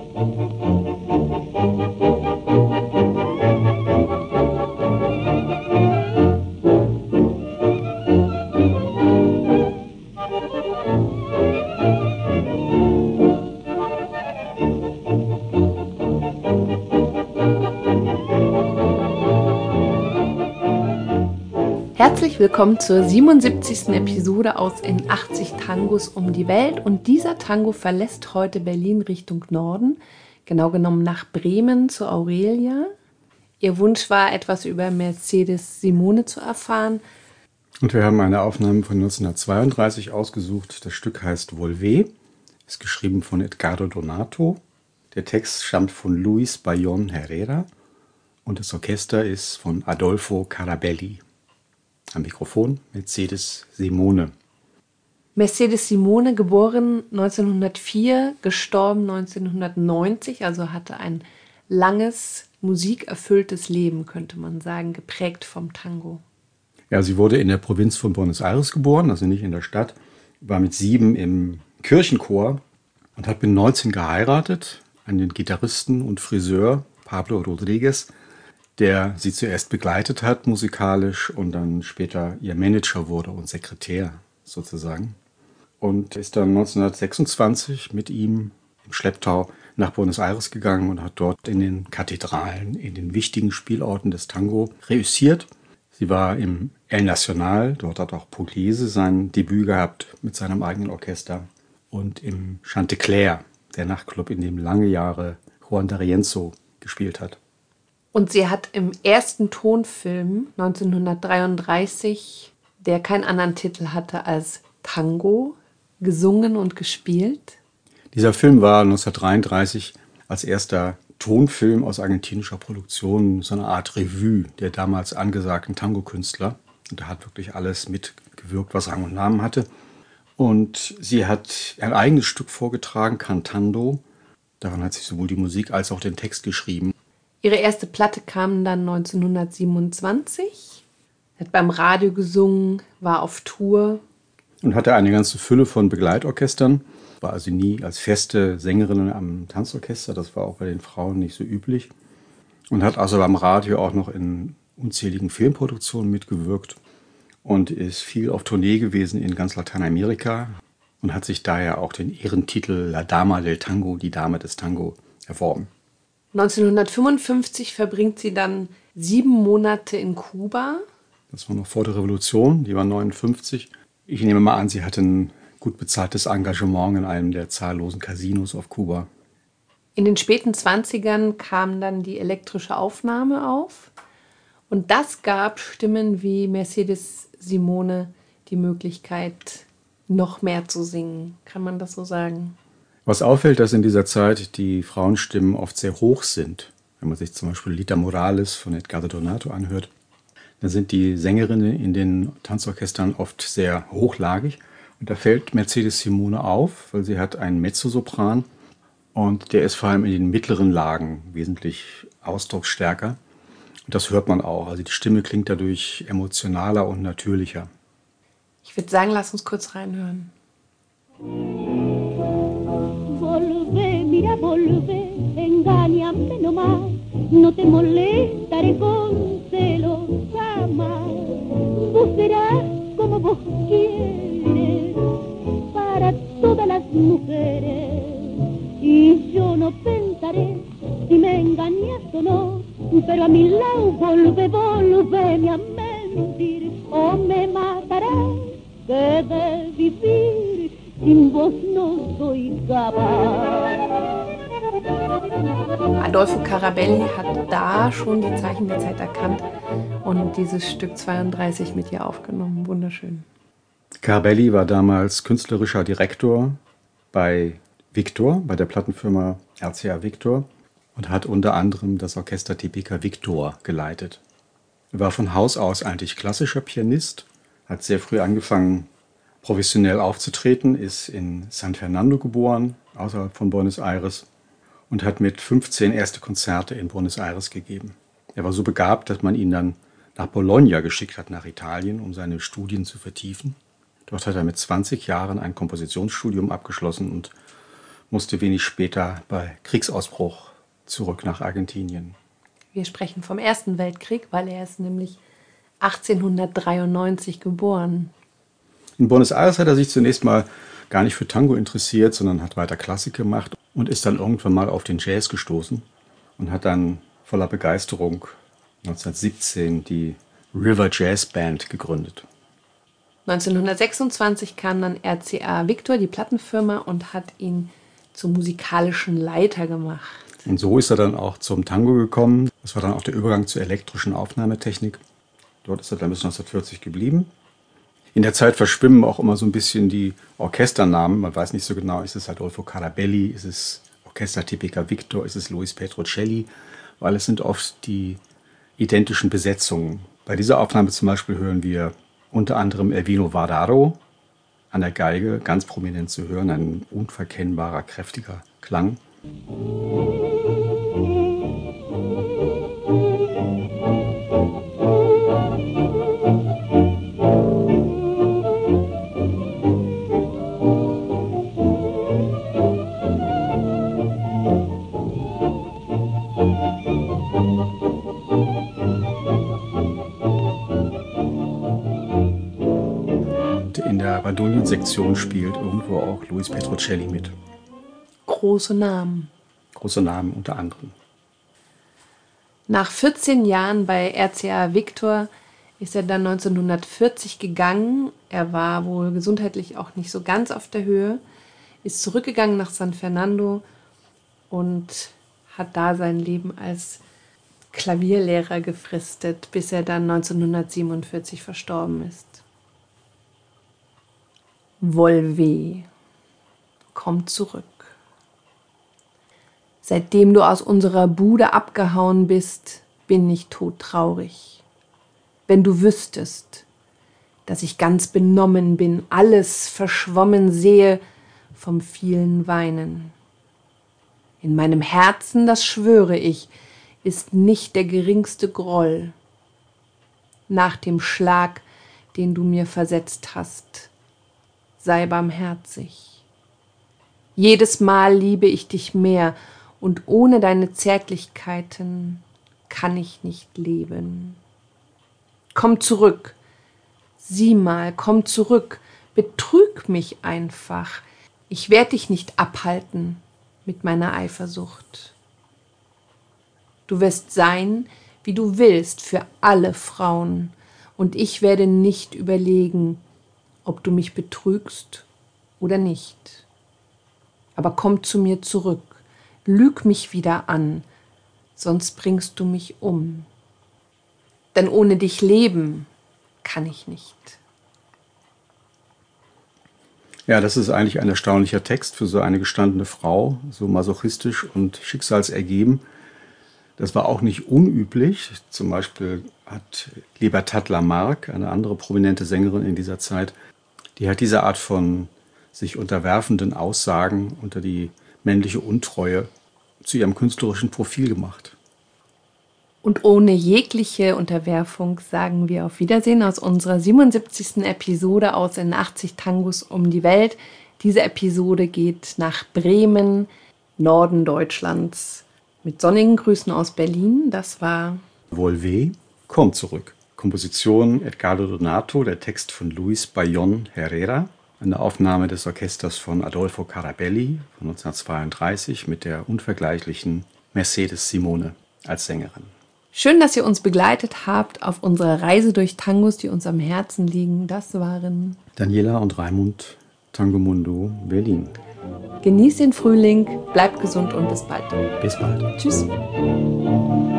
Herzlich willkommen zur 77. Episode aus In 80 Tangos um die Welt. Und dieser Tango verlässt heute Berlin Richtung Norden, genau genommen nach Bremen zu Aurelia. Ihr Wunsch war, etwas über Mercedes Simone zu erfahren. Und wir haben eine Aufnahme von 1932 ausgesucht. Das Stück heißt Volvé, ist geschrieben von Edgardo Donato. Der Text stammt von Luis Bayon Herrera und das Orchester ist von Adolfo Carabelli. Am Mikrofon Mercedes Simone. Mercedes Simone, geboren 1904, gestorben 1990, also hatte ein langes, musikerfülltes Leben, könnte man sagen, geprägt vom Tango. Ja, sie wurde in der Provinz von Buenos Aires geboren, also nicht in der Stadt, war mit 7 im Kirchenchor und hat mit 19 geheiratet an den Gitarristen und Friseur Pablo Rodriguez, der sie zuerst begleitet hat musikalisch und dann später ihr Manager wurde und Sekretär sozusagen. Und ist dann 1926 mit ihm im Schlepptau nach Buenos Aires gegangen und hat dort in den Kathedralen, in den wichtigen Spielorten des Tango reüssiert. Sie war im El Nacional, dort hat auch Pugliese sein Debüt gehabt mit seinem eigenen Orchester. Und im Chantecler, der Nachtclub, in dem lange Jahre Juan D'Arienzo gespielt hat. Und sie hat im ersten Tonfilm 1933, der keinen anderen Titel hatte als Tango, gesungen und gespielt. Dieser Film war 1933 als erster Tonfilm aus argentinischer Produktion so eine Art Revue der damals angesagten Tango-Künstler. Und da hat wirklich alles mitgewirkt, was Rang und Namen hatte. Und sie hat ein eigenes Stück vorgetragen, Cantando. Daran hat sie sowohl die Musik als auch den Text geschrieben. Ihre erste Platte kam dann 1927, hat beim Radio gesungen, war auf Tour. Und hatte eine ganze Fülle von Begleitorchestern, war also nie als feste Sängerin am Tanzorchester, das war auch bei den Frauen nicht so üblich. Und hat also beim Radio auch noch in unzähligen Filmproduktionen mitgewirkt und ist viel auf Tournee gewesen in ganz Lateinamerika und hat sich daher auch den Ehrentitel La Dama del Tango, die Dame des Tango, erworben. 1955 verbringt sie dann 7 Monate in Kuba. Das war noch vor der Revolution, die war 59. Ich nehme mal an, sie hatte ein gut bezahltes Engagement in einem der zahllosen Casinos auf Kuba. In den späten 20ern kam dann die elektrische Aufnahme auf. Und das gab Stimmen wie Mercedes Simone die Möglichkeit, noch mehr zu singen. Kann man das so sagen? Was auffällt, dass in dieser Zeit die Frauenstimmen oft sehr hoch sind. Wenn man sich zum Beispiel Lita Morales von Edgardo Donato anhört, dann sind die Sängerinnen in den Tanzorchestern oft sehr hochlagig. Und da fällt Mercedes Simone auf, weil sie hat einen Mezzosopran und der ist vor allem in den mittleren Lagen wesentlich ausdrucksstärker. Und das hört man auch. Also die Stimme klingt dadurch emotionaler und natürlicher. Ich würde sagen, lass uns kurz reinhören. Volvé, mira, volvé, engáñame nomás, no te molestaré con celos jamás. Vos serás como vos quieres para todas las mujeres y yo no pensaré si me engañas o no, pero a mi lado volvé, volvéme a mentir o me matarás, que de vivir sin vos no soy capaz. Adolfo Carabelli hat da schon die Zeichen der Zeit erkannt und dieses Stück 32 mit ihr aufgenommen. Wunderschön. Carabelli war damals künstlerischer Direktor bei Victor, bei der Plattenfirma RCA Victor und hat unter anderem das Orchester Típica Victor geleitet. Er war von Haus aus eigentlich klassischer Pianist, hat sehr früh angefangen, professionell aufzutreten, ist in San Fernando geboren, außerhalb von Buenos Aires, und hat mit 15 erste Konzerte in Buenos Aires gegeben. Er war so begabt, dass man ihn dann nach Bologna geschickt hat, nach Italien, um seine Studien zu vertiefen. Dort hat er mit 20 Jahren ein Kompositionsstudium abgeschlossen und musste wenig später bei Kriegsausbruch zurück nach Argentinien. Wir sprechen vom Ersten Weltkrieg, weil er ist nämlich 1893 geboren. In Buenos Aires hat er sich zunächst mal gar nicht für Tango interessiert, sondern hat weiter Klassik gemacht und ist dann irgendwann mal auf den Jazz gestoßen und hat dann voller Begeisterung 1917 die River Jazz Band gegründet. 1926 kam dann RCA Victor, die Plattenfirma, und hat ihn zum musikalischen Leiter gemacht. Und so ist er dann auch zum Tango gekommen. Das war dann auch der Übergang zur elektrischen Aufnahmetechnik. Dort ist er dann bis 1940 geblieben. In der Zeit verschwimmen auch immer so ein bisschen die Orchesternamen. Man weiß nicht so genau, ist es Adolfo Carabelli, ist es Orchestra Tipica Victor, ist es Luis Petrocelli, weil es sind oft die identischen Besetzungen. Bei dieser Aufnahme zum Beispiel hören wir unter anderem Elvino Vardaro an der Geige, ganz prominent zu hören, ein unverkennbarer, kräftiger Klang. In der Bandurriensektion spielt irgendwo auch Luis Petrocelli mit. Große Namen. Große Namen unter anderem. Nach 14 Jahren bei RCA Victor ist er dann 1940 gegangen. Er war wohl gesundheitlich auch nicht so ganz auf der Höhe, ist zurückgegangen nach San Fernando und hat da sein Leben als Klavierlehrer gefristet, bis er dann 1947 verstorben ist. Volvé, komm zurück. Seitdem du aus unserer Bude abgehauen bist, bin ich todtraurig. Wenn du wüsstest, dass ich ganz benommen bin, alles verschwommen sehe vom vielen Weinen. In meinem Herzen, das schwöre ich, ist nicht der geringste Groll. Nach dem Schlag, den du mir versetzt hast, sei barmherzig. Jedes Mal liebe ich dich mehr, und ohne deine Zärtlichkeiten kann ich nicht leben. Komm zurück, sieh mal, komm zurück, betrüg mich einfach. Ich werd dich nicht abhalten mit meiner Eifersucht. Du wirst sein, wie du willst, für alle Frauen, und ich werde nicht überlegen, ob du mich betrügst oder nicht. Aber komm zu mir zurück, lüg mich wieder an, sonst bringst du mich um. Denn ohne dich leben kann ich nicht. Ja, das ist eigentlich ein erstaunlicher Text für so eine gestandene Frau, so masochistisch und schicksalsergeben. Das war auch nicht unüblich. Zum Beispiel hat Libertad Lamarque, eine andere prominente Sängerin in dieser Zeit, die hat diese Art von sich unterwerfenden Aussagen unter die männliche Untreue zu ihrem künstlerischen Profil gemacht. Und ohne jegliche Unterwerfung sagen wir auf Wiedersehen aus unserer 77. Episode aus in 80 Tangos um die Welt. Diese Episode geht nach Bremen, Norden Deutschlands. Mit sonnigen Grüßen aus Berlin. Das war Volvé, komm zurück. Komposition Edgardo Donato, der Text von Luis Bayon Herrera. Eine Aufnahme des Orchesters von Adolfo Carabelli von 1932 mit der unvergleichlichen Mercedes Simone als Sängerin. Schön, dass ihr uns begleitet habt auf unserer Reise durch Tangos, die uns am Herzen liegen. Das waren Daniela und Raimund, Tango Mundo, Berlin. Genießt den Frühling, bleibt gesund und bis bald. Bis bald. Tschüss.